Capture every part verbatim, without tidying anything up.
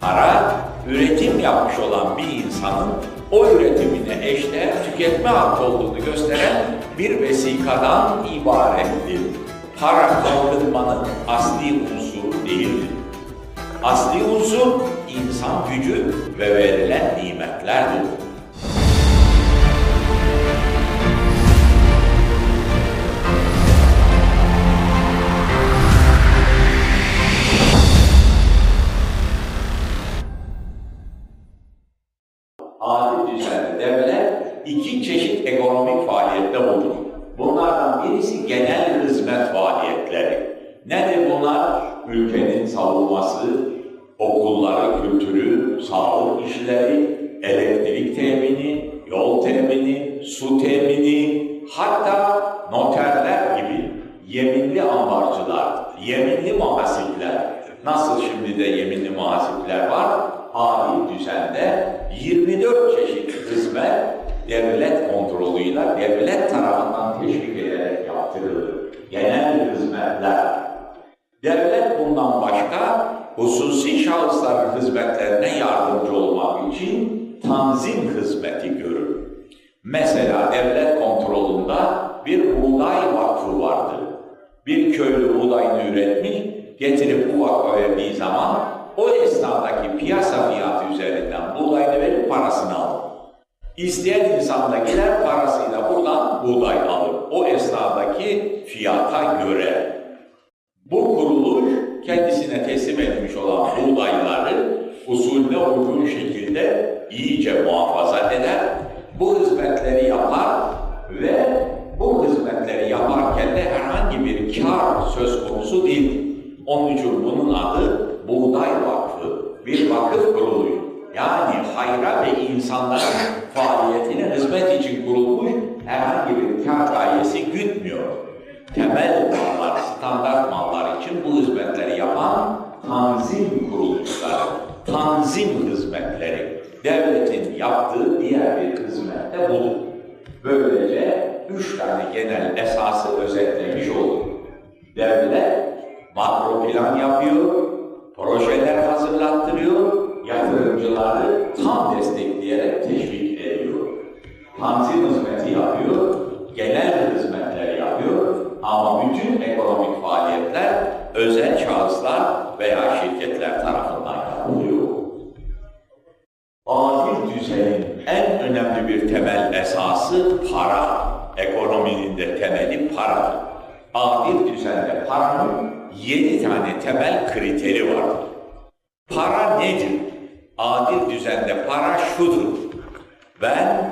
Para, üretim yapmış olan bir insanın o üretimine eşdeğer tüketme hakkı olduğunu gösteren bir vesikadan ibarettir. Para kalkınmanın asli unsuru değildir. Asli unsur insan gücü ve verilen nimetlerdir. Adil düzenli devlet iki çeşit ekonomik faaliyette bulunur. Bunlardan birisi genel hizmet faaliyetleri. Nedir bunlar? Ülkenin savunması, okulları, kültürü, sağlık işleri, elektrik temini, yol temini, su temini, hatta noterler gibi yeminli ambarcılar, yeminli muhasipler. Nasıl şimdi de yeminli muhasipler var? Adil düzende yirmi dört çeşit hizmet devlet kontrolüyle devlet tarafından teşvik ederek yaptırılır. Genel hizmetler. Devlet bundan başka hususi şahısların hizmetlerine yardımcı olmak için tanzim hizmeti görür. Mesela devlet kontrolünde bir buğday vakfı vardır. Bir köylü buğdayını üretmiş, getirip bu vakfa verdiği zaman o esnadaki piyasa fiyatı üzerinden buğdayını verip parasını alır. İsteyen insan da gider parasıyla buradan buğday alır. O esnadaki fiyata göre. Bu kuruluş kendisine teslim edilmiş olan buğdayları usulüne uygun şekilde iyice muhafaza eder. Bu hizmetleri yapar ve bu hizmetleri yaparken de herhangi bir kar söz konusu değil. Onun için bunun adı Buğday Vakfı, bir vakıf kuruluş. Yani hayra ve insanların faaliyetine hizmet için kurulmuş herhangi bir kar gayesi gütmüyor. Temel mallar, standart mallar için bu hizmetleri yapan tanzim kuruluşları, tanzim hizmetleri, devletin yaptığı diğer bir hizmet de budur. Böylece üç tane genel esası özetlemiş olur. Devlet makro plan yapıyor, projeler hazırlattırıyor, yatırımcıları tam destekleyerek teşvik ediyor. Tanzim hizmeti yapıyor, genel hizmetler yapıyor ama bütün ekonomik faaliyetler özel şahıslar veya şirketler tarafından yapılıyor. Adil düzenin en önemli bir temel esası para. Ekonominin de temeli paradır. Adil düzende paranın yedi tane temel kriteri vardır. Para nedir? Adil düzende para şudur. Ben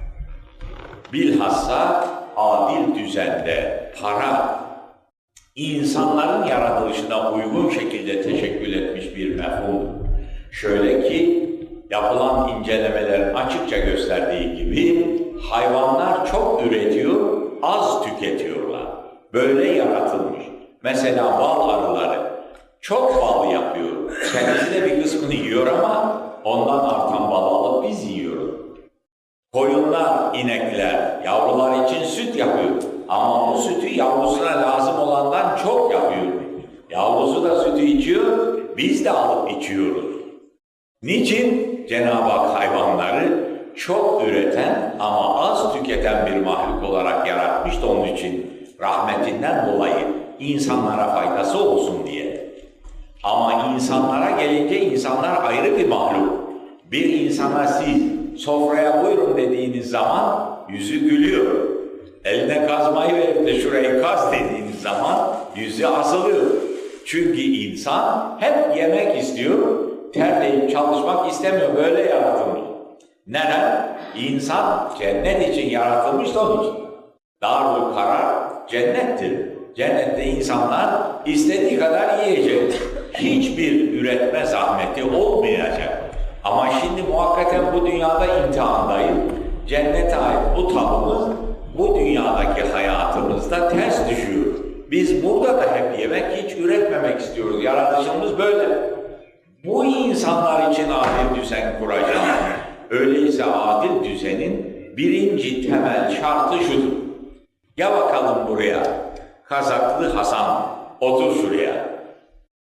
bilhassa adil düzende para insanların yaratılışına uygun şekilde teşekkül etmiş bir mefhum. Şöyle ki yapılan incelemelerin açıkça gösterdiği gibi hayvanlar çok üretiyor, az tüketiyorlar. Böyle yaratılmış. Mesela bal arıları çok bal yapıyor. Kendisi de bir kısmını yiyor ama ondan artan bal alıp biz yiyoruz. Koyunlar, inekler yavrular için süt yapıyor. Ama bu sütü yavrusuna lazım olandan çok yapıyor. Yavrusu da sütü içiyor, biz de alıp içiyoruz. Niçin? Cenab-ı Hak hayvanları çok üreten ama az tüketen bir mahluk olarak yaratmış da onun için rahmetinden dolayı insanlara faydası olsun diye. Ama insanlara gelince insanlar ayrı bir mahluk. Bir insana siz sofraya buyurun dediğiniz zaman yüzü gülüyor. Eline kazmayı verip de şurayı kaz dediğiniz zaman yüzü asılıyor. Çünkü insan hep yemek istiyor, terleyip çalışmak istemiyor, böyle yaratılmış. Neden? İnsan cennet için yaratılmış da onun için. Darul karar cennettir. Cennette insanlar istediği kadar yiyecek. Hiçbir üretme zahmeti olmayacak. Ama şimdi muhakkaten bu dünyada imtihandayız. Cennete ait bu tabımız bu dünyadaki hayatımızda ters düşüyor. Biz burada da hep yemek, hiç üretmemek istiyoruz. Yaratışımız böyle. Bu insanlar için adil düzen kuracağız. Öyleyse adil düzenin birinci temel şartı şudur. Ya bakalım buraya, Kazaklı Hasan, otur şuraya.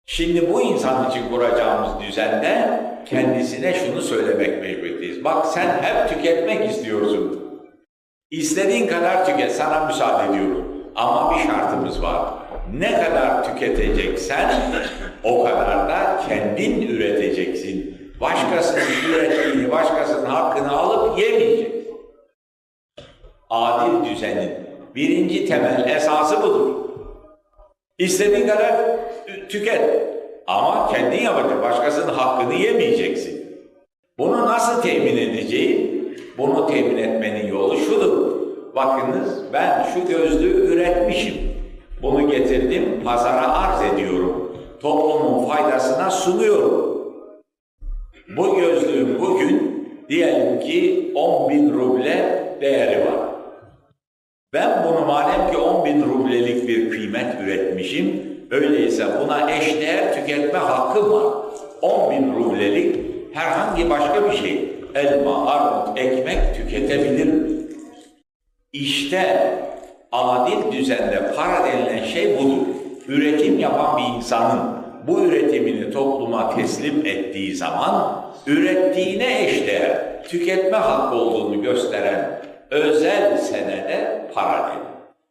Şimdi bu insan için kuracağımız düzende kendisine şunu söylemek mecburiyetindeyiz. Bak sen hep tüketmek istiyorsun. İstediğin kadar tüket, sana müsaade ediyorum. Ama bir şartımız var. Ne kadar tüketeceksen o kadar da kendin üreteceksin. Başkasının ürettiğini, başkasının hakkını alıp yemeyeceksin. Adil düzenin birinci temel esası budur. İstediğin kadar tüket ama kendin yapacaksın, başkasının hakkını yemeyeceksin. Bunu nasıl temin edeceğim? Bunu temin etmenin yolu şudur. Bakınız ben şu gözlüğü üretmişim. Bunu getirdim, pazara arz ediyorum. Toplumun faydasına sunuyorum. Bu gözlüğün bugün diyelim ki on bin ruble değeri var. Ben bunu madem ki on bin rublelik bir kıymet üretmişim, öyleyse buna eşdeğer tüketme hakkım var. on bin rublelik herhangi başka bir şey, elma, armut, ekmek tüketebilirim. İşte adil düzende para denilen şey budur. Üretim yapan bir insanın bu üretimini topluma teslim ettiği zaman ürettiğine eşdeğer tüketme hakkı olduğunu gösteren özel senede para denir.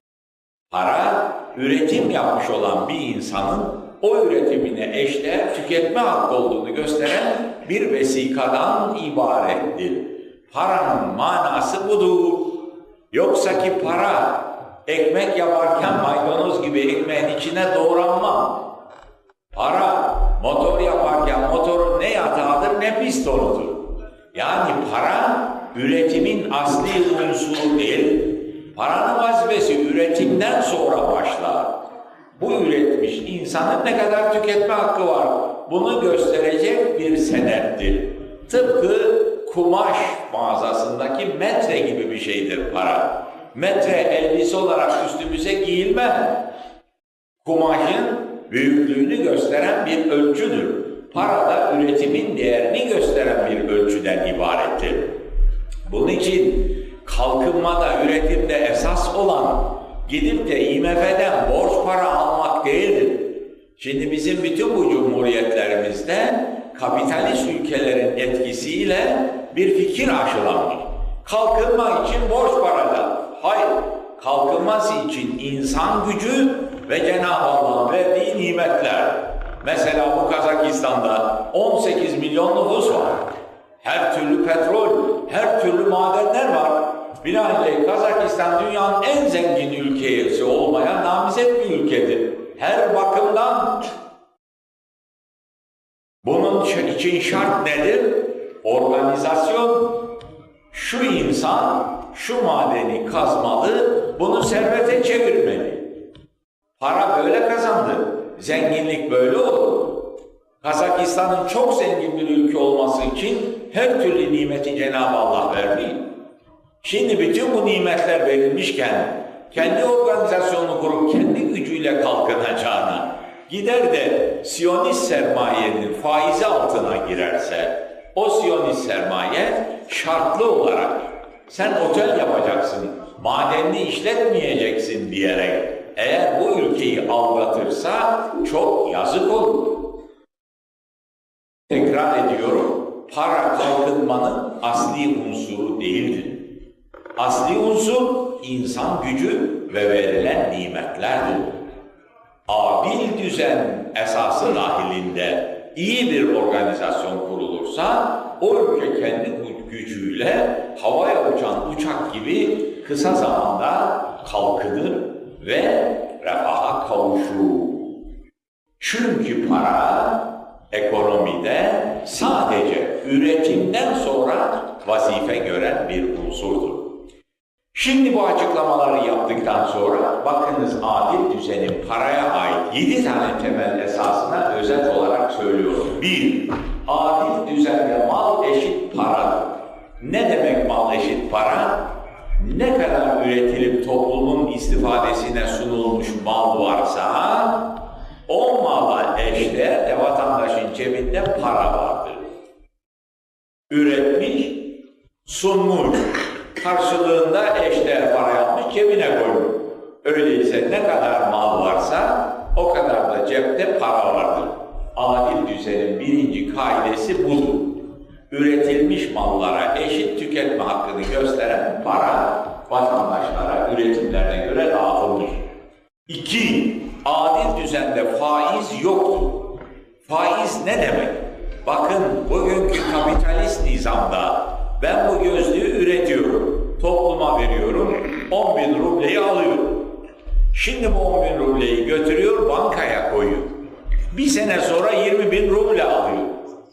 Para, üretim yapmış olan bir insanın o üretimine eşdeğer tüketme hakkı olduğunu gösteren bir vesikadan ibarettir. Paranın manası budur. Yoksa ki para, ekmek yaparken maydanoz gibi ekmeğin içine doğranmam. Para, motor yaparken motorun ne yatağıdır ne pistonudur. Yani para, üretimin asli unsuru değil. Paranın vazifesi üretimden sonra başlar. Bu üretmiş insanın ne kadar tüketme hakkı var, bunu gösterecek bir senettir. Tıpkı kumaş mağazasındaki metre gibi bir şeydir para. Metre elbise olarak üstümüze giyilmez. Kumaşın büyüklüğünü gösteren bir ölçüdür. Para da üretimin değerini gösteren bir ölçüden ibarettir. Bunun için kalkınmada, üretimde esas olan gidip de I M F'den borç para almak değildir. Şimdi bizim bütün bu cumhuriyetlerimizde kapitalist ülkelerin etkisiyle bir fikir aşılanmış. Kalkınma için borç para. Hayır, kalkınması için insan gücü ve Cenab-ı Allah'ın verdiği nimetler. Mesela bu Kazakistan'da on sekiz milyon nüfus var. Her türlü petrol, her türlü madenler var. Binaenaleyh Kazakistan dünyanın en zengin ülkesi olmaya namzet bir ülkedir. Her bakımdan. Bunun için şart nedir? Organizasyon. Şu insan şu madeni kazmalı, bunu servete çevirmeli. Para böyle kazandı. Zenginlik böyle oldu. Kazakistan'ın çok zengin bir ülke olması için her türlü nimeti Cenab-ı Allah verdi. Şimdi bütün bu nimetler verilmişken kendi organizasyonunu kurup kendi gücüyle kalkınacağına gider de Siyonist sermayenin faizi altına girerse o Siyonist sermaye şartlı olarak sen otel yapacaksın, madenini işletmeyeceksin diyerek eğer bu ülkeyi aldatırsa çok yazık olur. Tekrar ediyorum, para kalkınmanın asli unsuru değildir. Asli unsur insan gücü ve verilen nimetlerdir. Adil düzen esası dahilinde iyi bir organizasyon kurulursa o ülke kendi gücüyle havaya uçan uçak gibi kısa zamanda kalkınır ve refaha kavuşur. Çünkü para ekonomide sadece üretimden sonra vazife gören bir unsurdur. Şimdi bu açıklamaları yaptıktan sonra bakınız adil düzenin paraya ait yedi tane temel esasına özet olarak söylüyorum. Bir, adil düzende mal eşit paradır. Ne demek mal eşit para? Ne kadar üretilip toplumun istifadesine sunulmuş mal varsa o mala eşdeğer de vatandaşın cebinde para vardır. Üretmiş, sunmuş, karşılığında eşdeğer para yapmış, cebine koymuş. Öyleyse ne kadar mal varsa o kadar da cepte para vardır. adil düzenin birinci kaidesi budur. Üretilmiş mallara eşit tüketme hakkını gösteren para vatandaşlara üretimlerine göre dağıtılmış. İki, adil düzende faiz yoktur. Faiz ne demek? Bakın bugünkü kapitalist nizamda ben bu gözlüğü üretiyorum, topluma veriyorum, on bin rubleyi alıyorum. Şimdi bu on bin rubleyi götürüyor, bankaya koyuyor. Bir sene sonra yirmi bin ruble alıyor.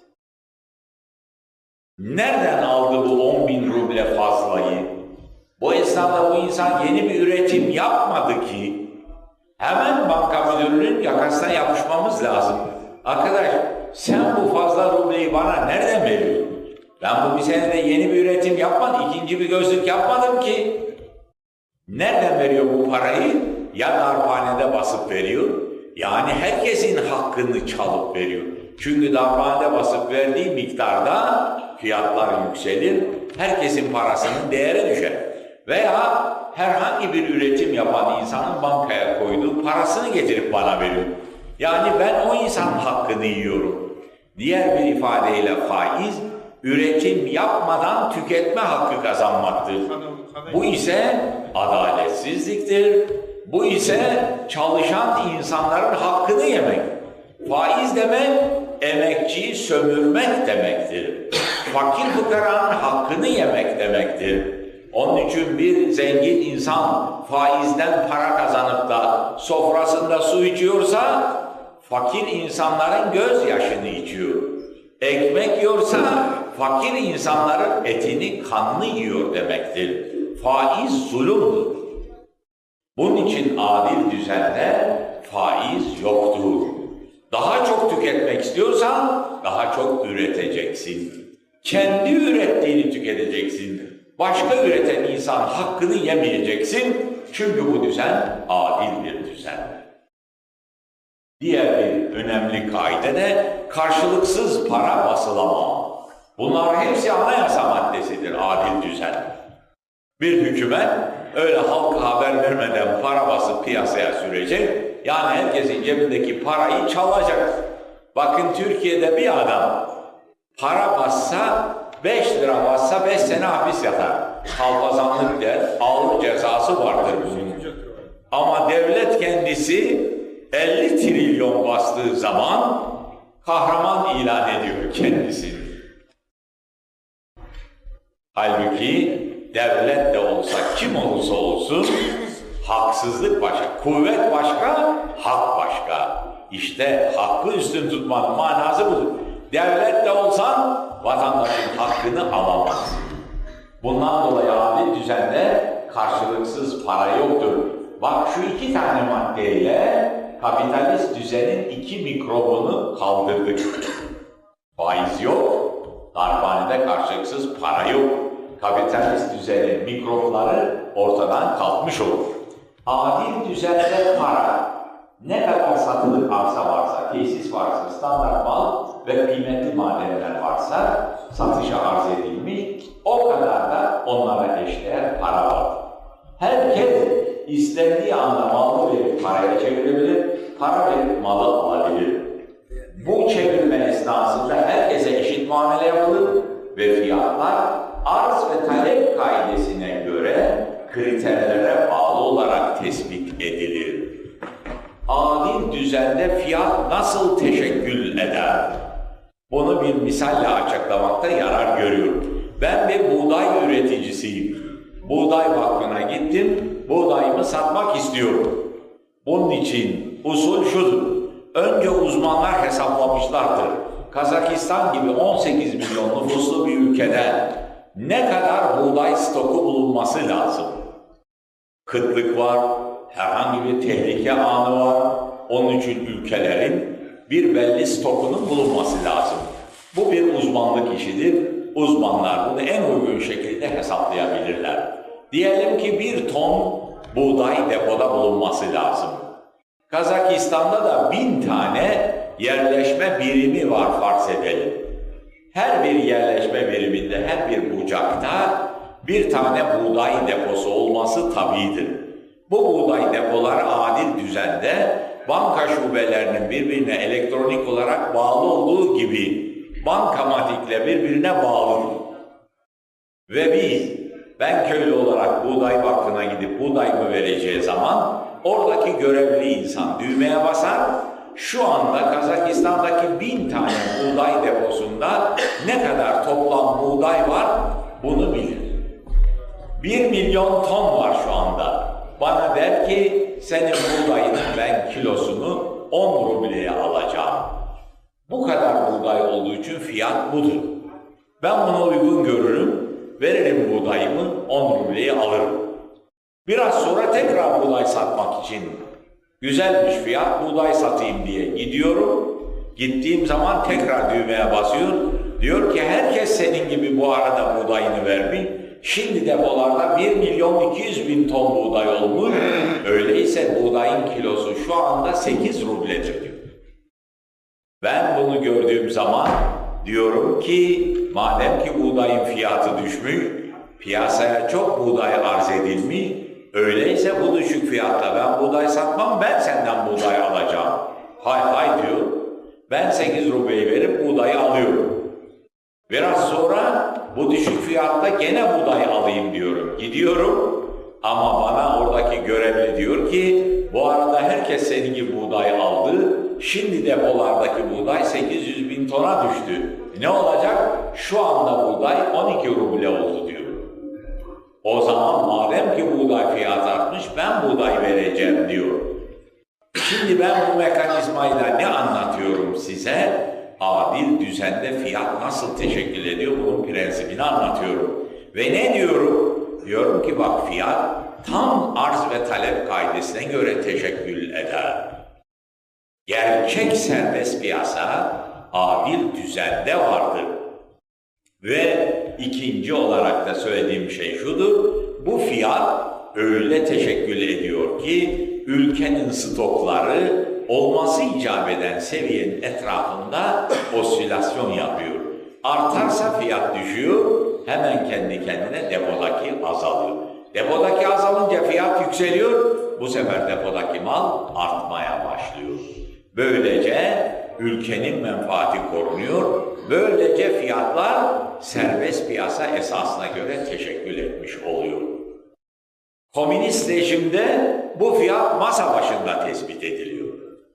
Nereden aldı bu on bin ruble fazlayı? Bu esnada bu insan yeni bir üretim yapmadı ki. Hemen banka müdürünün yakasına yapışmamız lazım. Arkadaş, sen bu fazla rubleyi bana nereden veriyorsun? Ben bu bir senede yeni bir üretim yapmadım, ikinci bir gözlük yapmadım ki. Nereden veriyor bu parayı? Ya darphanede basıp veriyor, yani herkesin hakkını çalıp veriyor. Çünkü darphanede basıp verdiği miktarda fiyatlar yükselir, herkesin parasının değeri düşer. Veya herhangi bir üretim yapan insanın bankaya koyduğu parasını getirip bana veriyor. Yani ben o insanın hakkını yiyorum. Diğer bir ifadeyle faiz, üretim yapmadan tüketme hakkı kazanmaktır. Bu ise adaletsizliktir. Bu ise çalışan insanların hakkını yemek. Faiz demek, emekçiyi sömürmek demektir. Fakir fukaranın hakkını yemek demektir. Onun için bir zengin insan faizden para kazanıp da sofrasında su içiyorsa, fakir insanların gözyaşını içiyor. Ekmek yiyorsa, fakir insanların etini, kanını yiyor demektir. Faiz zulümdür. Bunun için adil düzende faiz yoktur. Daha çok tüketmek istiyorsan, daha çok üreteceksin. Kendi ürettiğini tüketeceksin. Başka üreten insan hakkını yemeyeceksin. Çünkü bu düzen adil bir düzen. Diğer bir önemli kaide de karşılıksız para basılamama. Bunlar hepsi anayasa maddesidir adil düzen. Bir hükümet öyle halka haber vermeden para basıp piyasaya sürecek. Yani herkesin cebindeki parayı çalacak. Bakın Türkiye'de bir adam para bassa, beş lira bassa beş sene hapis yatar. Kalpazanlık der, ağır cezası vardır bunun. Ama devlet kendisi elli trilyon bastığı zaman kahraman ilan ediyor kendisini. Halbuki devlet de olsa, kim olursa olsun, haksızlık başka, kuvvet başka, hak başka. İşte hakkı üstün tutmanın manası budur. Devlet de olsan, vatandaşın hakkını alamazsın. Bundan dolayı adil düzende karşılıksız para yoktur. Bak şu iki tane maddeyle kapitalist düzenin iki mikrobunu kaldırdık. Faiz yok, darphanede karşılıksız para yok. Kapitalist düzenin mikropları ortadan kalkmış olur. Adil düzende para, ne kadar satılık arsa varsa, tesis varsa, standart mal ve kıymetli madenler varsa satışa arz edilmiş, o kadar da onlara eşdeğer para var. Herkes istediği anda malı verip paraya çevirebilir, para verip malı alabilir. Bu çevirme esnasında herkese eşit muamele yapılır ve fiyatlar arz ve talep kaidesine göre kriterlere bağlı olarak tespit edilir. Adil düzende fiyat nasıl teşekkül eder? Bunu bir misalle açıklamakta yarar görüyorum. Ben bir buğday üreticisiyim. Buğday vakfına gittim, buğdayımı satmak istiyorum. Bunun için usul şudur. Önce uzmanlar hesaplamışlardır. Kazakistan gibi on sekiz milyon nüfuslu bir ülkede ne kadar buğday stoku bulunması lazım? Kıtlık var, herhangi bir tehlike anı var. Onun için ülkelerin bir belli stokunun bulunması lazım. Bu bir uzmanlık işidir. Uzmanlar bunu en uygun şekilde hesaplayabilirler. Diyelim ki bir ton buğday depoda bulunması lazım. Kazakistan'da da bin tane yerleşme birimi var farz edelim. Her bir yerleşme biriminde, her bir bucakta bir tane buğday deposu olması tabiidir. Bu buğday depoları adil düzende banka şubelerinin birbirine elektronik olarak bağlı olduğu gibi bankamatikle birbirine bağlıdır. Ve biz, ben köylü olarak buğday vakfına gidip buğdayımı vereceği zaman oradaki görevli insan düğmeye basar, şu anda Kazakistan'daki bin tane buğday deposunda ne kadar toplam buğday var bunu bilir. Bir milyon ton var şu anda. Bana der ki senin buğdayının ben kilosunu on rubleye alacağım. Bu kadar buğday olduğu için fiyat budur. Ben buna uygun görürüm, veririm buğdayımı on rubleye alırım. Biraz sonra tekrar buğday satmak için güzelmiş fiyat buğday satayım diye gidiyorum. Gittiğim zaman tekrar düğmeye basıyor. Diyor ki herkes senin gibi bu arada buğdayını vermiş. Şimdi depolarda bir milyon iki yüz bin ton buğday olmuş. Öyleyse buğdayın kilosu şu anda sekiz rubledir diyor. Ben bunu gördüğüm zaman diyorum ki madem ki buğdayın fiyatı düşmüş, piyasaya çok buğday arz edilmiş, öyleyse bu düşük fiyatla ben buğday satmam, ben senden buğday alacağım. Hay hay diyor. Ben sekiz rubleyi verip buğdayı alıyorum. Biraz sonra bu düşük fiyatta gene buğday alayım diyorum. Gidiyorum ama bana oradaki görevli diyor ki bu arada herkes senin gibi buğday aldı. Şimdi depolardaki buğday sekiz yüz bin tona düştü. Ne olacak? Şu anda buğday on iki ruble oldu diyor. O zaman madem ki buğday fiyatı artmış ben buğday vereceğim diyor. Şimdi ben bu mekanizmayla ne anlatıyorum size? Adil düzende fiyat nasıl teşekkül ediyor bunun prensibini anlatıyorum. Ve ne diyorum? Diyorum ki bak fiyat tam arz ve talep kaidesine göre teşekkül eder. Gerçek serbest piyasa adil düzende vardır. Ve ikinci olarak da söylediğim şey şudur, bu fiyat öyle teşekkül ediyor ki ülkenin stokları olması icap eden seviyenin etrafında osilasyon yapıyor. Artarsa fiyat düşüyor, hemen kendi kendine depodaki azalıyor. Depodaki azalınca fiyat yükseliyor, bu sefer depodaki mal artmaya başlıyor. Böylece ülkenin menfaati korunuyor, böylece fiyatlar serbest piyasa esasına göre teşekkül etmiş oluyor. Komünist rejimde bu fiyat masa başında tespit ediliyor.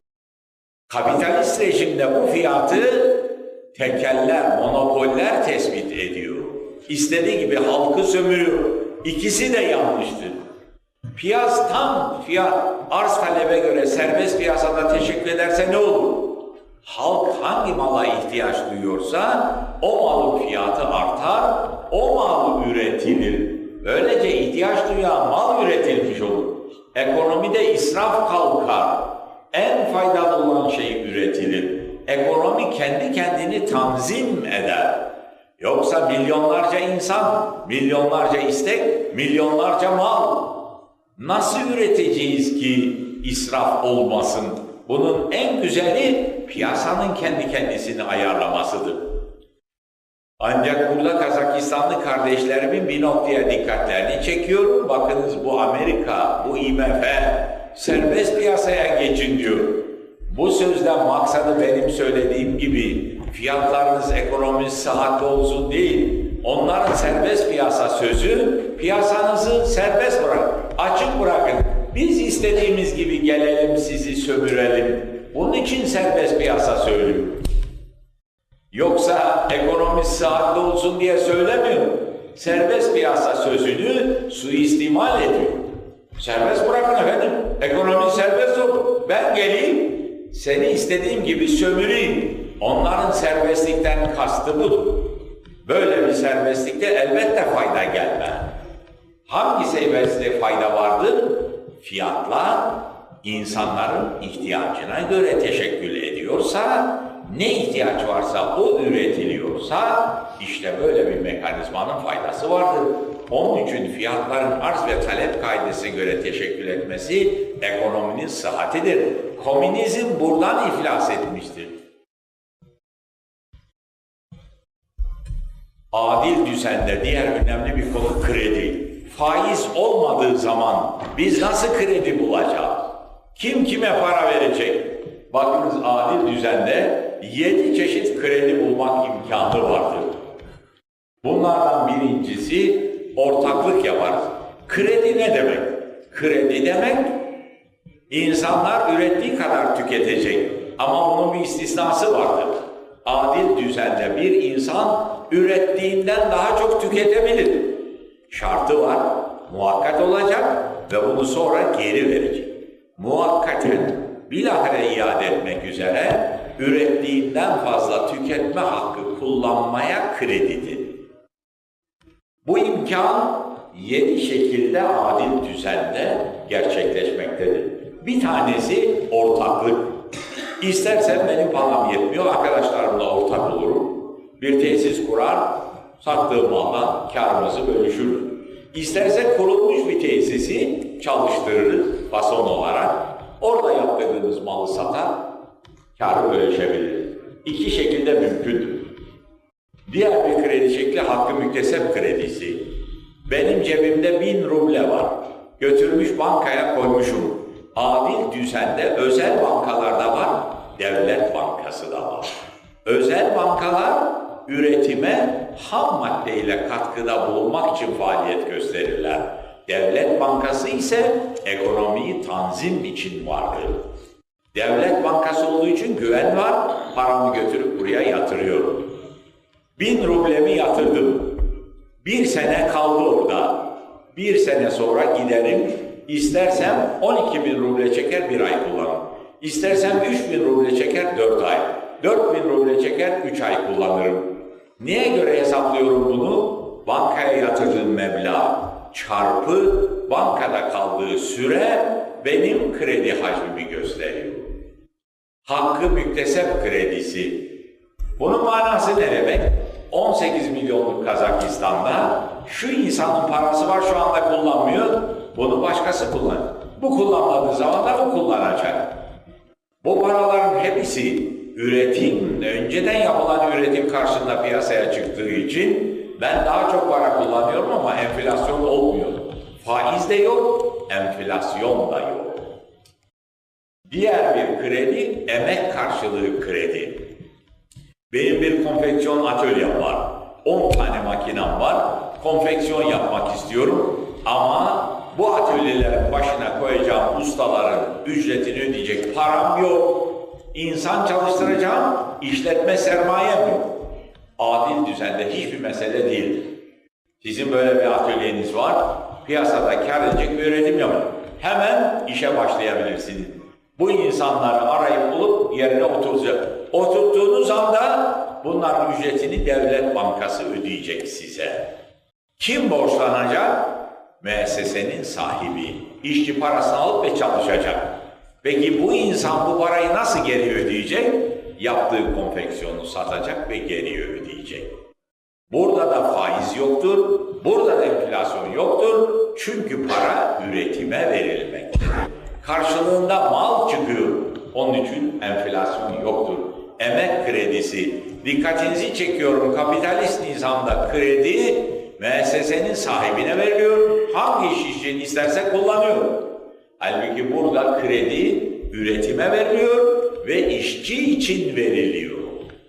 Kapitalist rejimde bu fiyatı tekeller, monopoller tespit ediyor. İstediği gibi halkı sömürüyor. İkisi de yanlıştır. Piyas tam fiyat arz talebe göre serbest piyasada teşekkür ederse ne olur? Halk hangi mala ihtiyaç duyuyorsa o malın fiyatı artar, o mal üretilir. Böylece ihtiyaç duyan mal üretilmiş olur. Ekonomide israf kalkar. En faydalı olan şey üretilir. Ekonomi kendi kendini tanzim eder. Yoksa milyonlarca insan, milyonlarca istek, milyonlarca mal. Nasıl üreteceğiz ki israf olmasın? Bunun en güzeli piyasanın kendi kendisini ayarlamasıdır. Ancak burada Kazakistanlı kardeşlerimin bir noktaya dikkatlerini çekiyorum. Bakınız bu Amerika, bu I M F serbest piyasaya geçin diyor. Bu sözden maksadı benim söylediğim gibi fiyatlarınız ekonominiz sıhhatli olsun değil. Onların serbest piyasa sözü piyasanızı serbest bırakın, açık bırakın. Biz istediğimiz gibi gelelim sizi sömürelim. Bunun için serbest piyasa söylüyor. Yoksa ekonomisi sıhhatli olsun diye söylemiyor. Serbest piyasa sözünü suistimal ediyor. Serbest bırakın efendim. Ekonomi serbest olur. Ben geleyim, seni istediğim gibi sömüreyim. Onların serbestlikten kastı budur. Böyle bir serbestlikte elbette fayda gelmez. Hangi serbestlikte fayda vardır? Fiyatlar insanların ihtiyacına göre teşekkül ediyorsa, ne ihtiyaç varsa o üretiliyorsa, işte böyle bir mekanizmanın faydası vardır. Onun için fiyatların arz ve talep kaidesine göre teşekkül etmesi ekonominin sıhhatidir. Komünizm buradan iflas etmiştir. Adil düzende diğer önemli bir konu kredi. Faiz olmadığı zaman biz nasıl kredi bulacağız? Kim kime para verecek? Bakınız adil düzende yedi çeşit kredi bulmak imkanı vardır. Bunlardan birincisi ortaklık yaparız. Kredi ne demek? Kredi demek insanlar ürettiği kadar tüketecek. Ama bunun bir istisnası vardır. Adil düzende bir insan ürettiğinden daha çok tüketebilir. Şartı var, muhakkak olacak ve bunu sonra geri verecek. Muhakkaten bilahare iade etmek üzere ürettiğinden fazla tüketme hakkı kullanmaya kredidir. Bu imkan yedi şekilde adil düzende gerçekleşmektedir. Bir tanesi ortaklık. İstersen benim param yetmiyor, arkadaşlarımla ortak olurum. Bir tesis kurar, sattığım maldan kârımızı bölüşürüz. İsterse kurulmuş bir tesisi çalıştırırız fason olarak. Orada yaptırdığımız malı satar, kârı bölüşebiliriz. İki şekilde mümkündür. Diğer bir kredi şekli hakkı müktesep kredisi. Benim cebimde bin ruble var. Götürmüş bankaya koymuşum. Adil düzende özel bankalarda var, devlet bankası da var. Özel bankalar üretime ham maddeyle katkıda bulunmak için faaliyet gösterirler. Devlet bankası ise ekonomiyi tanzim için vardır. Devlet bankası olduğu için güven var, paramı götürüp buraya yatırıyorum. Bin rublemi yatırdım. Bir sene kaldı orada. Bir sene sonra giderim, istersem on iki bin ruble çeker bir ay kullanırım. İstersem üç bin ruble çeker dört ay. dört bin ruble çeker üç ay kullanırım. Neye göre hesaplıyorum bunu? Bankaya yatırdığım meblağ çarpı bankada kaldığı süre benim kredi hacmimi gösteriyor. Hakkı müktesep kredisi. Bunun manası ne demek? on sekiz milyonluk Kazakistan'da şu insanın parası var, şu anda kullanmıyor, bunu başkası kullanır. Bu kullanmadığı zaman da o kullanacak. Bu paraların hepsi üretim, önceden yapılan üretim karşısında piyasaya çıktığı için ben daha çok para kullanıyorum ama enflasyon olmuyor. Faiz de yok, enflasyon da yok. Diğer bir kredi, emek karşılığı kredi. Benim bir konfeksiyon atölyem var. on tane makinem var. Konfeksiyon yapmak istiyorum ama bu atölyelerin başına koyacağım ustaların ücretini ödeyecek param yok. İnsan çalıştıracağım, işletme sermayem yok. Adil düzende hiçbir mesele değildir. Sizin böyle bir atölyeniz var, piyasada kâr edecek bir üretim yapın. Hemen işe başlayabilirsiniz. Bu insanları arayıp bulup yerine oturacak. Oturttuğunuz anda bunların ücretini devlet bankası ödeyecek size. Kim borçlanacak? Müessesenin sahibi. İşçi parasını alıp ve çalışacak. Peki bu insan bu parayı nasıl geri ödeyecek? Yaptığı konfeksiyonu satacak ve geri ödeyecek. Burada da faiz yoktur, burada da enflasyon yoktur. Çünkü para üretime verilmektedir. Karşılığında mal çıkıyor. Onun için enflasyon yoktur. Emek kredisi. Dikkatinizi çekiyorum, kapitalist nizamda kredi müessesenin sahibine veriliyor. Hangi iş için isterse kullanıyor. Halbuki burada kredi üretime veriliyor ve işçi için veriliyor.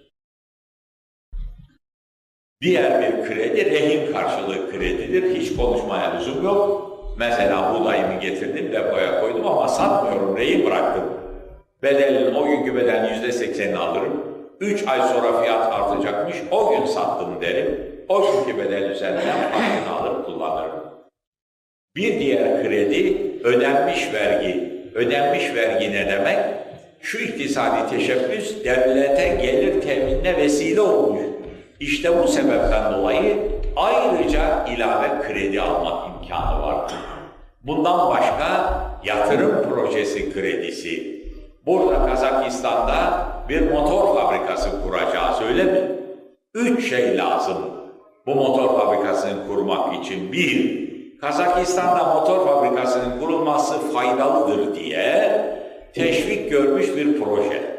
Diğer bir kredi rehin karşılığı kredidir. Hiç konuşmaya lüzum yok. Mesela buğdayımı getirdim, depoya koydum ama satmıyorum, rehin bıraktım. Bedelin, o günkü bedelin yüzde seksenini alırım. Üç ay sonra fiyat artacakmış, o gün sattım derim. O günkü bedel üzerinden parasını alır kullanırım. Bir diğer kredi, ödenmiş vergi. Ödenmiş vergi ne demek? Şu iktisadi teşebbüs devlete gelir teminine vesile olmuş. İşte bu sebepten dolayı ayrıca ilave kredi almak imkanı var. Bundan başka yatırım projesi kredisi. Burada Kazakistan'da bir motor fabrikası kuracağız, öyle mi? Üç şey lazım bu motor fabrikasını kurmak için. Bir, Kazakistan'da motor fabrikasının kurulması faydalıdır diye teşvik görmüş bir proje.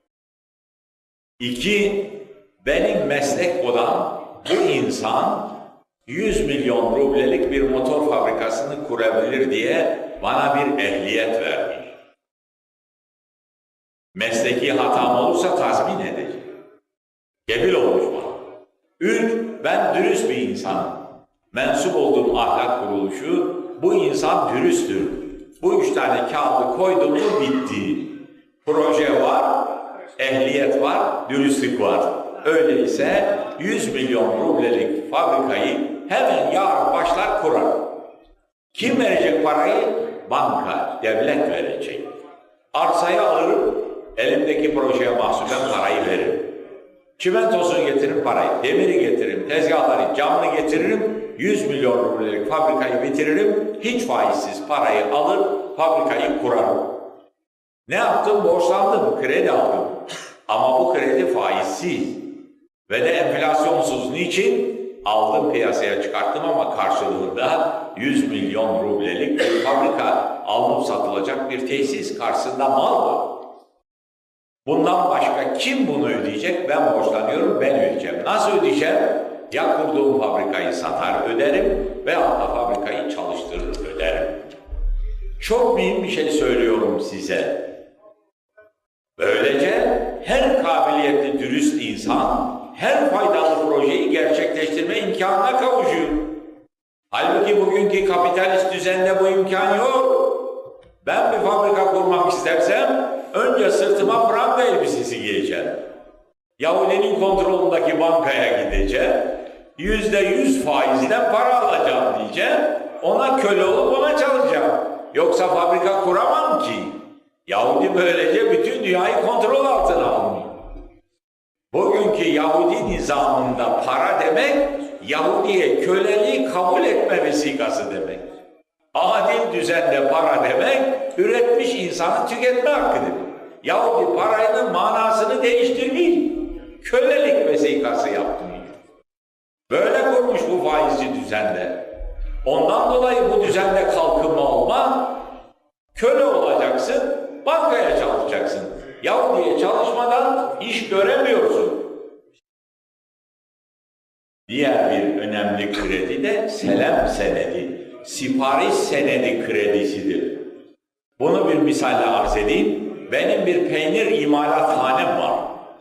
İki, benim meslek odam bu insan yüz milyon rublelik bir motor fabrikasını kurabilir diye bana bir ehliyet vermiş. Mesleki hatam olursa tazmin edecek. Kefil olmuş bana. Üç, ben dürüst bir insanım. Mensup olduğum ahlak kuruluşu, bu insan dürüsttür. Bu üç tane kağıdı koydum mu bitti. Proje var, ehliyet var, dürüstlük var. Öyleyse yüz milyon rublelik fabrikayı hemen yarın başlar kurar. Kim verecek parayı? Banka, devlet verecek. Arsayı alırım, elimdeki projeye mahsuben parayı veririm. Çimentosunu getiririm parayı, demiri getiririm, tezgahları, camını getiririm, yüz milyon rublelik fabrikayı bitiririm, hiç faizsiz parayı alır, fabrikayı kurarım. Ne yaptım? Borçlandım, kredi aldım. Ama bu kredi faizsiz ve de enflasyonsuz. Niçin? Aldım, piyasaya çıkarttım ama karşılığında yüz milyon rublelik bir fabrika, alınıp satılacak bir tesis, karşısında mal var. Bundan başka kim bunu ödeyecek? Ben borçlanıyorum, ben ödeyeceğim. Nasıl ödeyeceğim? Ya kurduğum fabrikayı satar öderim veyahut da fabrikayı çalıştırır öderim. Çok mühim bir şey söylüyorum size. Böylece her kabiliyetli, dürüst insan her faydalı projeyi gerçekleştirme imkanına kavuşuyor. Halbuki bugünkü kapitalist düzende bu imkan yok. Ben bir fabrika kurmak istersem önce sırtıma pranga elbisesi giyeceğim. Yahudinin kontrolündeki bankaya gideceğim. Yüzde yüz faizden para alacağım diyeceğim. Ona köle olup ona çalışacağım. Yoksa fabrika kuramam ki. Yahudi böylece bütün dünyayı kontrol altına almıyor. Bugünkü Yahudi nizamında para demek, Yahudi'ye köleliği kabul etme vesikası demek. Adil düzende para demek, üretmiş insanı tüketme hakkı demek. Yahudi parayının manasını değiştirmiş, kölelik vesikası yapmıyor. Böyle kurmuş bu faizci düzende. Ondan dolayı bu düzende kalkınma olma, köle olacaksın, bankaya çalışacaksın. Yahudi'ye çalışmadan iş göremiyorsun. Diğer bir önemli kredi de selam senedi, sipariş senedi kredisidir. Bunu bir misalle arz edeyim. Benim bir peynir imalathanem var.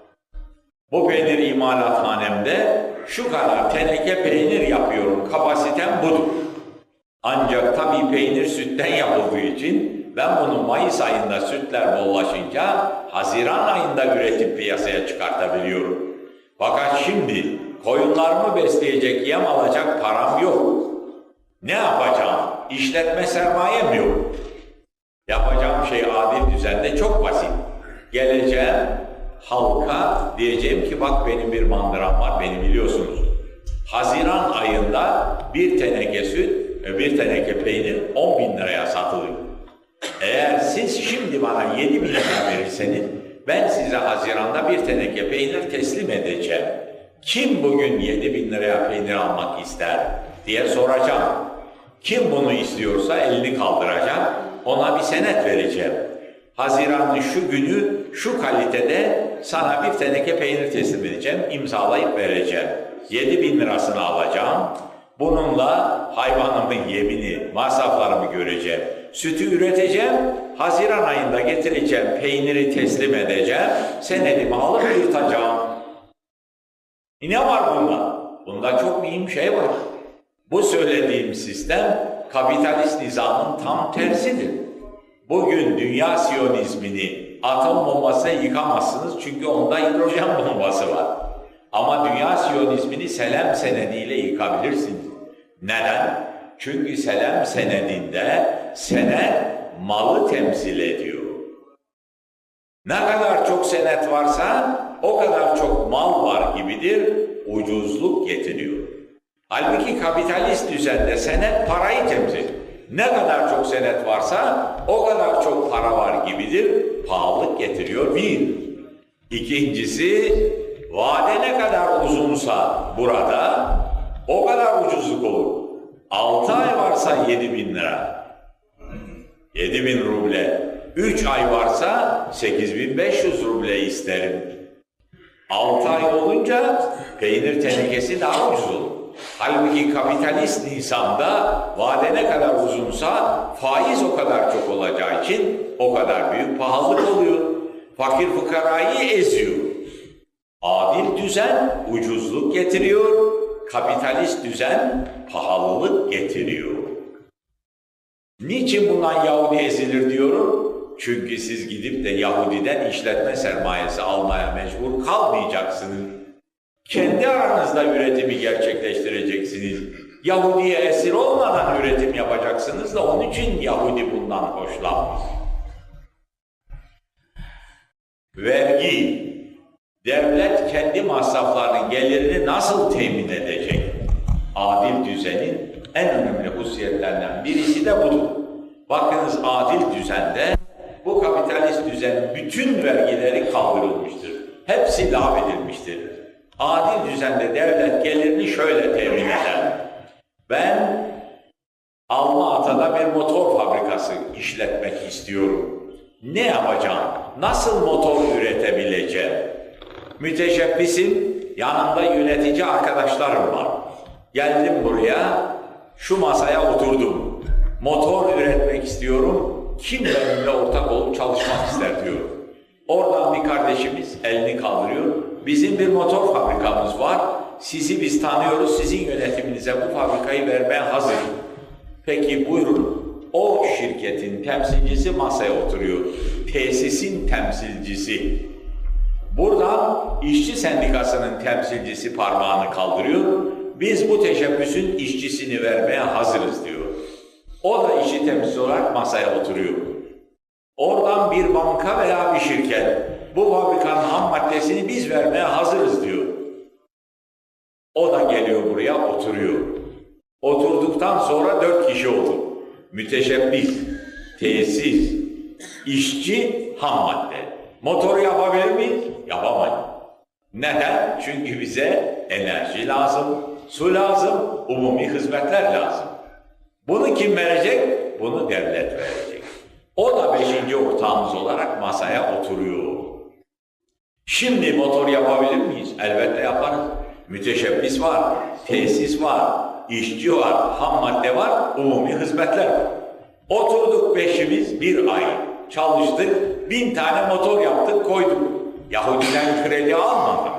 Bu peynir imalathanemde şu kadar teneke peynir yapıyorum, kapasitem budur. Ancak tabii peynir sütten yapıldığı için ben bunu Mayıs ayında sütler bollaşınca Haziran ayında üretip piyasaya çıkartabiliyorum. Fakat şimdi koyunlarımı besleyecek yem alacak param yok. Ne yapacağım? İşletme sermayem yok. Yapacağım şey adil düzende çok basit. Geleceğim halka, diyeceğim ki bak benim bir mandıram var, beni biliyorsunuz. Haziran ayında bir teneke süt, bir teneke peynir on bin liraya satılıyor. Eğer siz şimdi bana yedi bin lira verirseniz, ben size Haziran'da bir teneke peynir teslim edeceğim. Kim bugün yedi bin liraya peynir almak ister diye soracağım. Kim bunu istiyorsa elini kaldıracak, ona bir senet vereceğim. Haziran'ın şu günü, şu kalitede sana bir teneke peynir teslim edeceğim, imzalayıp vereceğim. yedi bin lirasını alacağım. Bununla hayvanımın yemini, masraflarımı göreceğim. Sütü üreteceğim, Haziran ayında getireceğim, peyniri teslim edeceğim, senedimi alıp yırtacağım. E ne var bunda? Bunda çok mühim şey var. Bu söylediğim sistem kapitalist nizamın tam tersidir. Bugün dünya siyonizmini atom bombasına yıkamazsınız çünkü onda hidrojen bombası var. Ama dünya siyonizmini selam senediyle yıkabilirsiniz. Neden? Çünkü selam senedinde senet malı temsil ediyor. Ne kadar çok senet varsa o kadar çok mal var gibidir, ucuzluk getiriyor. Halbuki kapitalist düzende senet parayı temsil ediyor. Ne kadar çok senet varsa o kadar çok para var gibidir, pahalılık getiriyor bir. İkincisi, vade ne kadar uzunsa burada o kadar ucuzluk olur. Altı ay varsa yedi bin lira, yedi bin ruble. Üç ay varsa sekiz bin beş yüz ruble isterim. Altı ay olunca peynir tenekesi daha ucuz olur. Halbuki kapitalist nizamda vade ne kadar uzunsa faiz o kadar çok olacağı için o kadar büyük pahalılık oluyor. fakir fukarayı eziyor. Adil düzen ucuzluk getiriyor, kapitalist düzen pahalılık getiriyor. Niçin bundan Yahudi ezilir diyorum? Çünkü siz gidip de Yahudiden işletme sermayesi almaya mecbur kalmayacaksınız. Kendi aranızda üretimi gerçekleştireceksiniz. Yahudi'ye esir olmadan üretim yapacaksınız da onun için Yahudi bundan hoşlanmaz. Vergi. Devlet kendi masraflarının gelirini nasıl temin edecek? Adil düzenin en önemli hususiyetlerinden birisi de budur. Bakınız adil düzende bu kapitalist düzenin bütün vergileri kaldırılmıştır. Hepsi lağvedilmiştir. Adil düzende devlet gelirini şöyle temin eder. Ben Alma-Ata'da bir motor fabrikası işletmek istiyorum. Ne yapacağım? Nasıl motor üretebileceğim? Müteşebbisim, yanımda yönetici arkadaşlarım var. Geldim buraya, şu masaya oturdum. Motor üretmek istiyorum. Kim benimle ortak olup çalışmak ister diyor. Oradan bir kardeşimiz elini kaldırıyor. Bizim bir motor fabrikamız var. Sizi biz tanıyoruz. Sizin yönetiminize bu fabrikayı vermeye hazır. Peki buyurun. O şirketin temsilcisi masaya oturuyor. Tesisin temsilcisi. Buradan işçi sendikasının temsilcisi parmağını kaldırıyor. Biz bu teşebbüsün işçisini vermeye hazırız diyor. O da işçi temsilcisi olarak masaya oturuyor. Oradan bir banka veya bir şirket bu fabrikanın ham maddesini biz vermeye hazırız diyor. O da geliyor buraya oturuyor. Oturduktan sonra dört kişi oldu. Müteşebbis, tesis, işçi, ham madde. Motoru yapabilir miyiz? Yapamayız. Neden? Çünkü bize enerji lazım, su lazım, umumi hizmetler lazım. Bunu kim verecek? Bunu devlet verecek. O da beşinci ortağımız olarak masaya oturuyor. Şimdi motor yapabilir miyiz? Elbette yaparız. Müteşebbis var, tesis var, işçi var, ham madde var, umumi hizmetler var. Oturduk beşimiz bir ay çalıştık, bin tane motor yaptık, koyduk. Yahudiden kredi almadık.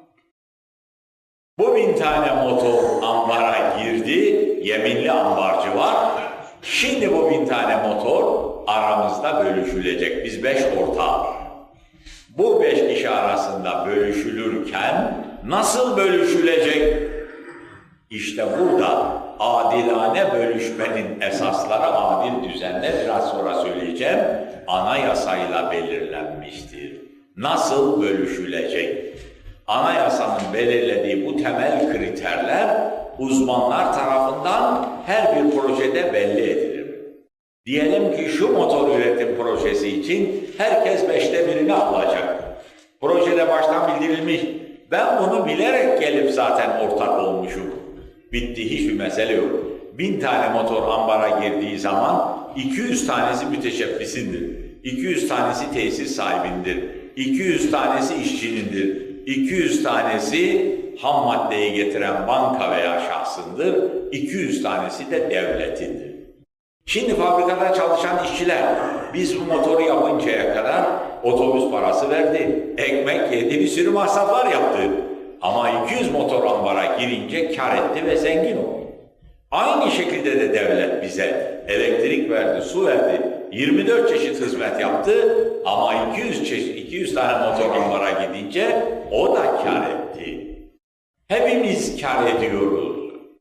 Bu bin tane motor ambara girdi, yeminli ambarcı var. Şimdi bu bin tane motor aramızda bölüşülecek. Biz beş ortağız. Bu beş kişi arasında bölüşülürken nasıl bölüşülecek? İşte burada adilane bölüşmenin esasları adil düzende biraz sonra söyleyeceğim. Anayasayla belirlenmiştir. Nasıl bölüşülecek? Anayasanın belirlediği bu temel kriterler uzmanlar tarafından her bir projede belli edilir. Diyelim ki şu motor üretim projesi için herkes beşte birini alacak. Projede baştan bildirilmiş. Ben bunu bilerek gelip zaten ortak olmuşum. Bitti, hiçbir mesele yok. Bin tane motor ambara girdiği zaman iki yüz tanesi müteşebbisindir. iki yüz tanesi tesis sahibindir. iki yüz tanesi işçinindir. iki yüz tanesi ham maddeyi getiren banka veya şahsındır. iki yüz tanesi de devletindir. Şimdi fabrikada çalışan işçiler, biz bu motoru yapıncaya kadar otobüs parası verdi, ekmek yedi, bir sürü masraflar yaptı. Ama iki yüz motor ambara girince kar etti ve zengin oldu. Aynı şekilde de devlet bize elektrik verdi, su verdi, yirmi dört çeşit hizmet yaptı ama iki yüz çeşit, iki yüz tane motor ambara gidince o da kar etti. Hepimiz kar ediyoruz.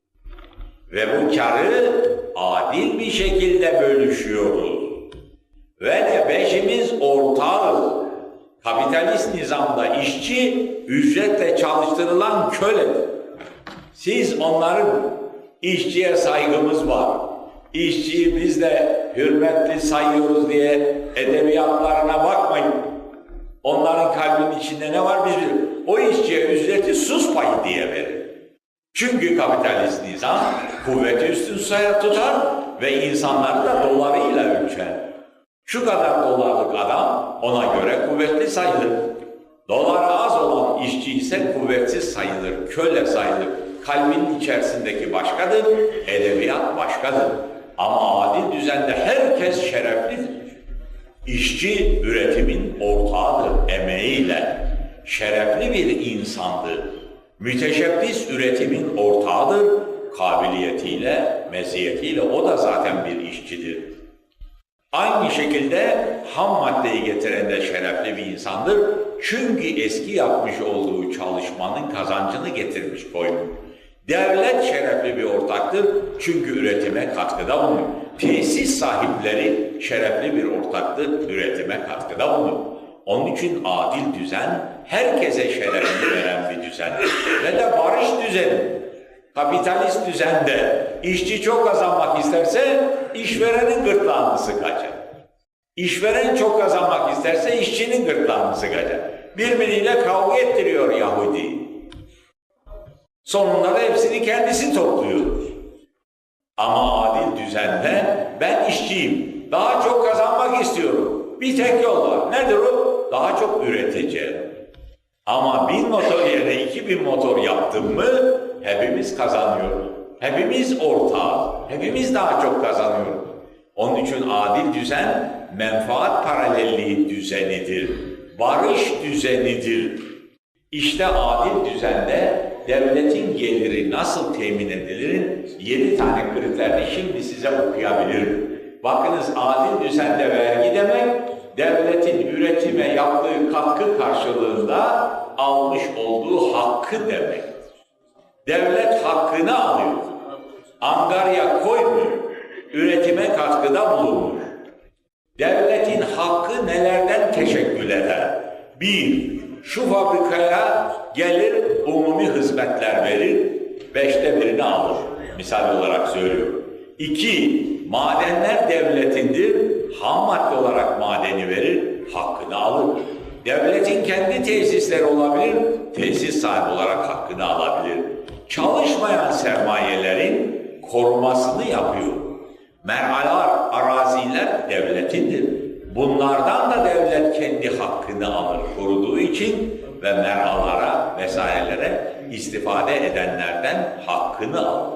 Ve bu karı adil bir şekilde bölüşüyoruz. Ve de beşimiz ortağız. Kapitalist nizamda işçi ücretle çalıştırılan köledir. Siz onların işçiye saygımız var. İşçiyi biz de hürmetli sayıyoruz diye edebiyatlarına bakmayın. Onların kalbinin içinde ne var biz biliyoruz. O işçiye ücreti sus payı diye verir. Çünkü kapitalist nizam kuvveti üstün tutar ve insanları da dolarıyla ölçer. Şu kadar dolarlık adam ona göre kuvvetli sayılır. Doları az olan işçi ise kuvvetsiz sayılır, köle sayılır. Kalbinin içerisindeki başkadır, edebiyat başkadır. Ama adil düzende herkes şereflidir. İşçi üretimin ortağıdır emeğiyle, şerefli bir insandır. Müteşebbis üretimin ortağıdır, kabiliyetiyle, meziyetiyle o da zaten bir işçidir. Aynı şekilde ham maddeyi getiren de şerefli bir insandır. Çünkü eski yapmış olduğu çalışmanın kazancını getirmiş koymuş. Devlet şerefli bir ortaktır. Çünkü üretime katkıda bulunuyor. Tesis sahipleri şerefli bir ortaktır. Üretime katkıda bulunuyor. Onun için adil düzen herkese şerefini veren bir düzendir. Ve de barış düzeni. Kapitalist düzende işçi çok kazanmak isterse işverenin gırtlağını sıkacak. İşveren çok kazanmak isterse işçinin gırtlağını sıkacak. Birbiriyle kavga ettiriyor Yahudi. Sonunda da hepsini kendisi topluyor. Ama adil düzende ben işçiyim, daha çok kazanmak istiyorum. Bir tek yol var. Nedir o? Daha çok üreteceğim. Ama bin motor yerine iki bin motor yaptım mı hepimiz kazanıyoruz. Hepimiz ortağız. Hepimiz daha çok kazanıyoruz. Onun için adil düzen menfaat paralelliği düzenidir. Barış düzenidir. İşte adil düzende devletin geliri nasıl temin edilir? Yedi tane kriterini şimdi size okuyabilirim. Bakınız, adil düzende vergi demek, devletin üretime yaptığı katkı karşılığında almış olduğu hakkı demek. Devlet hakkını alıyor. Angarya koymuyor. Üretime katkıda bulunmuş. Devletin hakkı nelerden teşekkül eder? Bir, şu fabrikaya gelir, umumi hizmetler verir, beşte birini alır. Misal olarak söylüyorum. İki, madenler devletindir, ham madde olarak madeni verir, hakkını alır. Devletin kendi tesisleri olabilir, tesis sahibi olarak hakkını alabilir. Çalışmayan sermayelerin korumasını yapıyor. Mer'alar, araziler devletindir. Bunlardan da devlet kendi hakkını alır koruduğu için ve mer'alara vesairelere istifade edenlerden hakkını alır.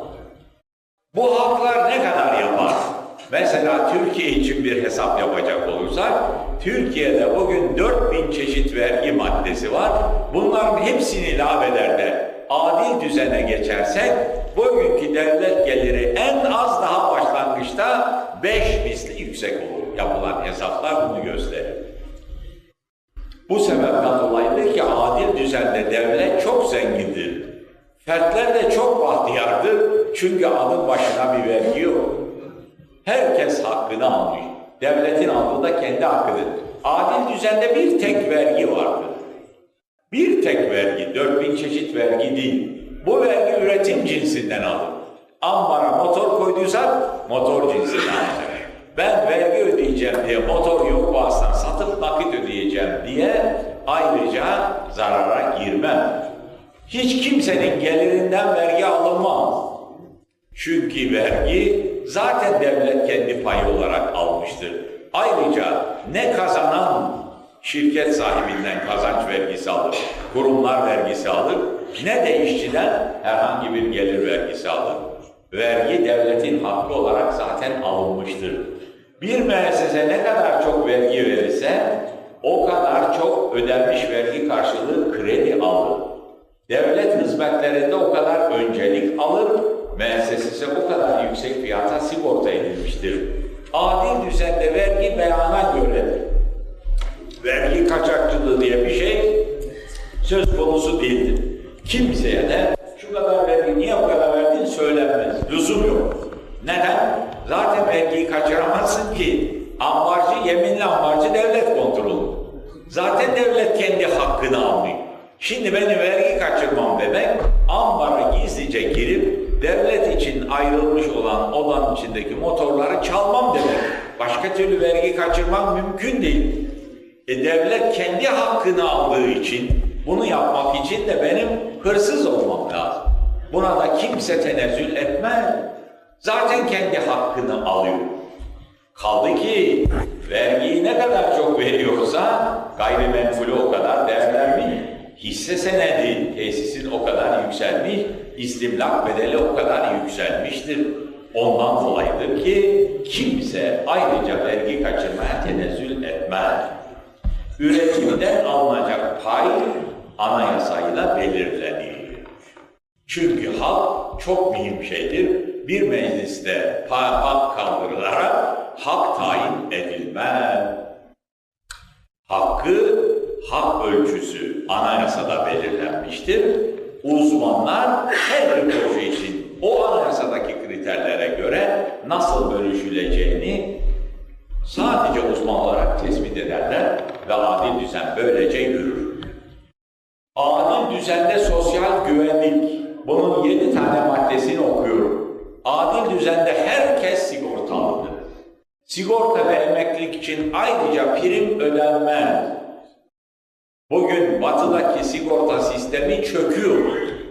Bu haklar ne kadar yapar? Mesela Türkiye için bir hesap yapacak olursak, Türkiye'de bugün dört bin çeşit vergi maddesi var. Bunların hepsini ilave eder de adil düzene geçersek, bugünkü devlet geliri en az daha başlangıçta beş misli yüksek olur. Yapılan hesaplar bunu gösterir. Bu sebepten dolayıdır ki adil düzende devlet çok zengindir. Fertler de çok bahtiyardır. Çünkü adın başına bir vergi yok. Herkes hakkını almış. Devletin aldığı da kendi hakkıdır. Adil düzende bir tek vergi vardır. Bir tek vergi, dört bin çeşit vergi değil. Bu vergi üretim cinsinden alır. Ambara motor koyduysak motor cinsinden alacak. Ben vergi ödeyeceğim diye motor yok bağıstan satıp nakit ödeyeceğim diye ayrıca zarara girmem. Hiç kimsenin gelirinden vergi alınmaz. Çünkü vergi zaten devlet kendi payı olarak almıştır. Ayrıca ne kazanan şirket sahibinden kazanç vergisi alır, kurumlar vergisi alır, ne de işçiden herhangi bir gelir vergisi alır. Vergi devletin hakkı olarak zaten alınmıştır. Bir müessese ne kadar çok vergi verirse o kadar çok ödenmiş vergi karşılığı kredi alır. Devlet hizmetlerinde o kadar öncelik alır, müessesesi o kadar yüksek fiyata sigorta edilmiştir. Adil düzende vergi beyana göredir. Vergi kaçakçılığı diye bir şey söz konusu değildir. Kimseye de şu kadar vergi, niye o kadar verdiğini söylenmez. Lüzum yok. Neden? Zaten vergiyi kaçıramazsın ki. Ambarcı, yeminli ambarcı devlet kontrolü. Zaten devlet kendi hakkını almıyor. Şimdi benim vergi kaçırmam demek, ambara gizlice girip devlet için ayrılmış olan odanın içindeki motorları çalmam demek. Başka türlü vergi kaçırmam mümkün değil. E devlet kendi hakkını aldığı için, bunu yapmak için de benim hırsız olmam lazım. Buna da kimse tenezzül etmez. Zaten kendi hakkını alıyor. Kaldı ki vergiyi ne kadar çok veriyorsa gayrimenkulü o kadar değerlenmiş. Hisse senedi tesisin o kadar yükselmiş, istimlak bedeli o kadar yükselmiştir. Ondan dolayıdır ki kimse ayrıca vergi kaçırmaya tenezzül etmez. Üretimden alınacak pay anayasayla belirlenir. Çünkü hak çok mühim şeydir. Bir mecliste hak kaldırılarak hak tayin edilmez. Hakkı, hak ölçüsü anayasada belirlenmiştir. Uzmanlar her bir proje için o anayasadaki kriterlere göre nasıl bölüşüleceğini sadece uzman olarak tespit ederler ve adil düzen böylece yürür. Adil düzende sosyal güvenlik, bunun yedi tane maddesini okuyorum. Adil düzende herkes sigortalıdır. Sigorta ve emeklilik için ayrıca prim ödenmez. Bugün batıdaki sigorta sistemi çöküyor.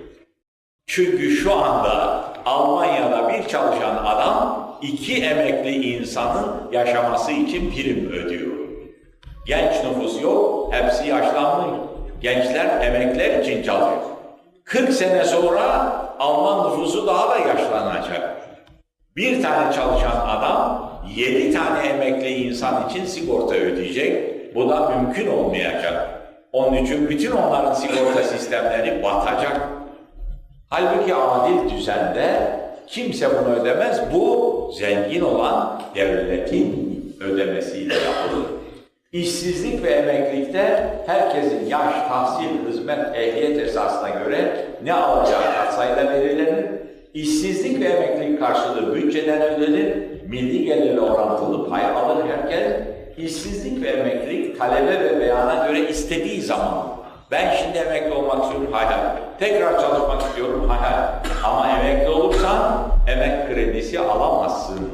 Çünkü şu anda Almanya'da bir çalışan adam iki emekli insanın yaşaması için prim ödüyor. Genç nüfus yok, hepsi yaşlanmış. Gençler emekliler için çalışıyor. kırk sene sonra Alman nüfusu daha da yaşlanacak. Bir tane çalışan adam yedi tane emekli insan için sigorta ödeyecek. Bu da mümkün olmayacak. Onun için bütün onların sigorta sistemleri batacak. Halbuki adil düzende kimse bunu ödemez. Bu zengin olan devletin ödemesiyle yapılır. İşsizlik ve emeklilikte herkesin yaş, tahsil, hizmet, ehliyet esasına göre ne alacağı katsayıda belirlenir. İşsizlik ve emeklilik karşılığı bütçeden ödenir. Milli gelirle orantılı pay alır herkes. İşsizlik ve emeklilik talebe ve beyana göre istediği zaman. Ben şimdi emekli olmak istiyorum, hayal. Tekrar çalışmak istiyorum, hayal. Ama emekli olursan emek kredisi alamazsın.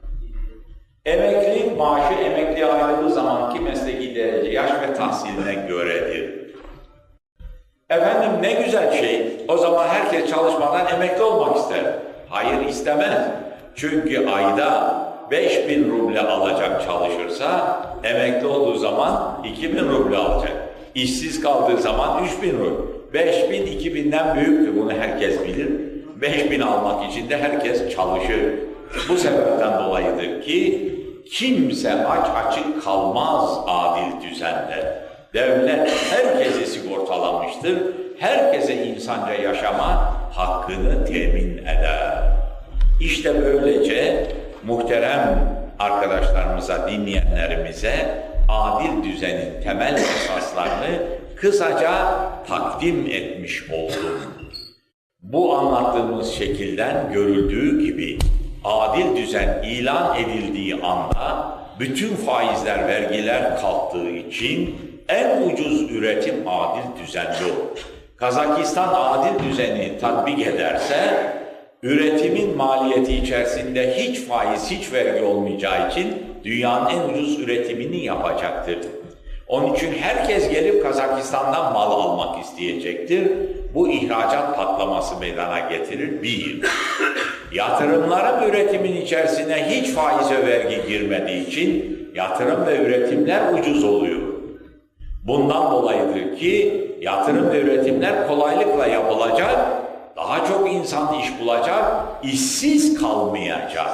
Emeklilik maaşı emekliye ayrıldığı zamanki mesleki derece, yaş ve tahsiline göredir. Efendim ne güzel şey, o zaman herkes çalışmadan emekli olmak ister. Hayır, istemez. Çünkü ayda beş bin ruble alacak çalışırsa, emekli olduğu zaman iki bin ruble alacak. İşsiz kaldığı zaman üç bin ruble. beş bin iki binden büyüktür, bunu herkes bilir. beş bin almak için de herkes çalışır. Bu sebepten dolayıdır ki kimse aç açık kalmaz adil düzende. Devlet herkesi sigortalamıştır. Herkese insanca yaşama hakkını temin eder. İşte böylece muhterem arkadaşlarımıza, dinleyenlerimize adil düzenin temel esaslarını kısaca takdim etmiş oldum. Bu anlattığımız şekilden görüldüğü gibi adil düzen ilan edildiği anda bütün faizler, vergiler kalktığı için en ucuz üretim adil düzenli olur. Kazakistan adil düzeni tatbik ederse üretimin maliyeti içerisinde hiç faiz, hiç vergi olmayacağı için dünyanın en ucuz üretimini yapacaktır. Onun için herkes gelip Kazakistan'dan mal almak isteyecektir. Bu ihracat patlaması meydana getirir. Bir, yatırımların üretimin içerisine hiç faiz ve vergi girmediği için yatırım ve üretimler ucuz oluyor. Bundan dolayıdır ki yatırım ve üretimler kolaylıkla yapılacak, daha çok insan iş bulacak, işsiz kalmayacak.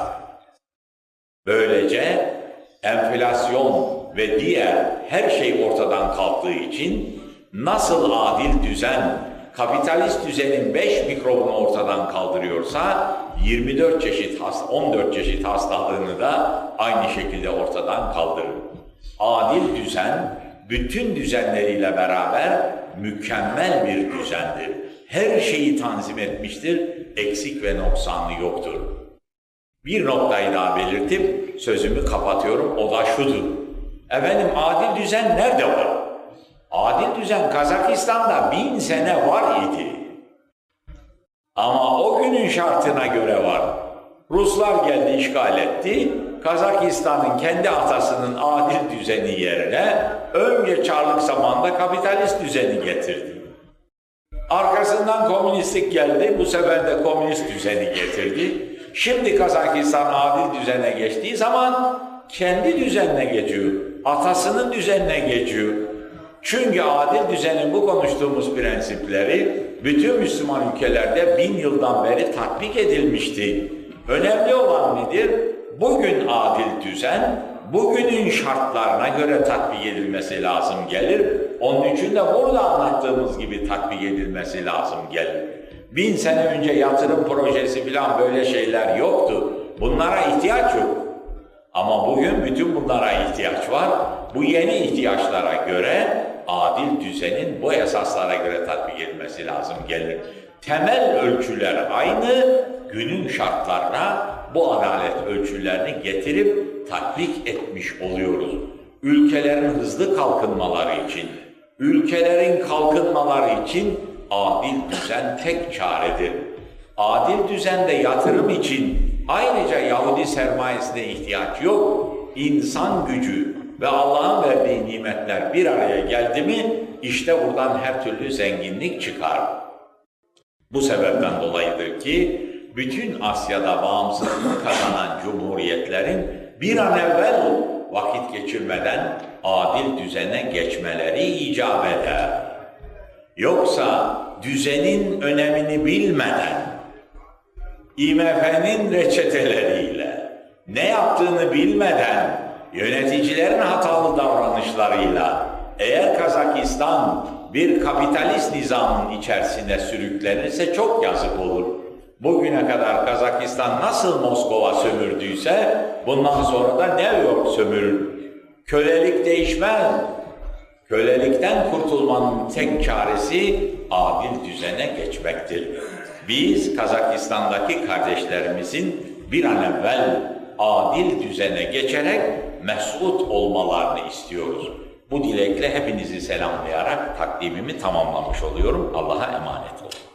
Böylece enflasyon ve diğer her şey ortadan kalktığı için nasıl adil düzen, kapitalist düzenin beş mikrobunu ortadan kaldırıyorsa yirmi dört çeşit, on dört çeşit hastalığını da aynı şekilde ortadan kaldırır. Adil düzen bütün düzenleriyle beraber mükemmel bir düzendir. Her şeyi tanzim etmiştir, eksik ve noksanı yoktur. Bir noktayı daha belirtip sözümü kapatıyorum, o da şudur. Efendim adil düzen nerede var? Adil düzen Kazakistan'da bin sene var idi. Ama o günün şartına göre var. Ruslar geldi, işgal etti. Kazakistan'ın kendi atasının adil düzeni yerine önce Çarlık zamanında kapitalist düzeni getirdi. Arkasından komünistlik geldi, bu sefer de komünist düzeni getirdi. Şimdi Kazakistan adil düzene geçtiği zaman kendi düzenine geçiyor, atasının düzenine geçiyor. Çünkü adil düzenin bu konuştuğumuz prensipleri bütün Müslüman ülkelerde bin yıldan beri tatbik edilmişti. Önemli olan nedir? Bugün adil düzen, bugünün şartlarına göre tatbik edilmesi lazım gelir. Onun için de burada anlattığımız gibi tatbik edilmesi lazım gelir. Bin sene önce yatırım projesi falan böyle şeyler yoktu. Bunlara ihtiyaç yok. Ama bugün bütün bunlara ihtiyaç var. Bu yeni ihtiyaçlara göre adil düzenin bu esaslara göre tatbik edilmesi lazım gelir. Temel ölçüler aynı, günün şartlarına bu adalet ölçülerini getirip tatbik etmiş oluyoruz. Ülkelerin hızlı kalkınmaları için, ülkelerin kalkınmaları için adil düzen tek çaredir. Adil düzende yatırım için ayrıca Yahudi sermayesine ihtiyaç yok. İnsan gücü ve Allah'ın verdiği nimetler bir araya geldi mi, işte buradan her türlü zenginlik çıkar. Bu sebepten dolayıdır ki, bütün Asya'da bağımsızlık kazanan cumhuriyetlerin bir an evvel vakit geçirmeden adil düzene geçmeleri icap eder. Yoksa düzenin önemini bilmeden, I M F'nin reçeteleriyle, ne yaptığını bilmeden, yöneticilerin hatalı davranışlarıyla, eğer Kazakistan bir kapitalist nizamın içerisine sürüklenirse çok yazık olur. Bugüne kadar Kazakistan nasıl Moskova sömürdüyse, bundan sonra da New York sömürür. Kölelik değişmez. Kölelikten kurtulmanın tek çaresi adil düzene geçmektir. Biz Kazakistan'daki kardeşlerimizin bir an evvel adil düzene geçerek mesut olmalarını istiyoruz. Bu dilekle hepinizi selamlayarak takdimimi tamamlamış oluyorum. Allah'a emanet olun.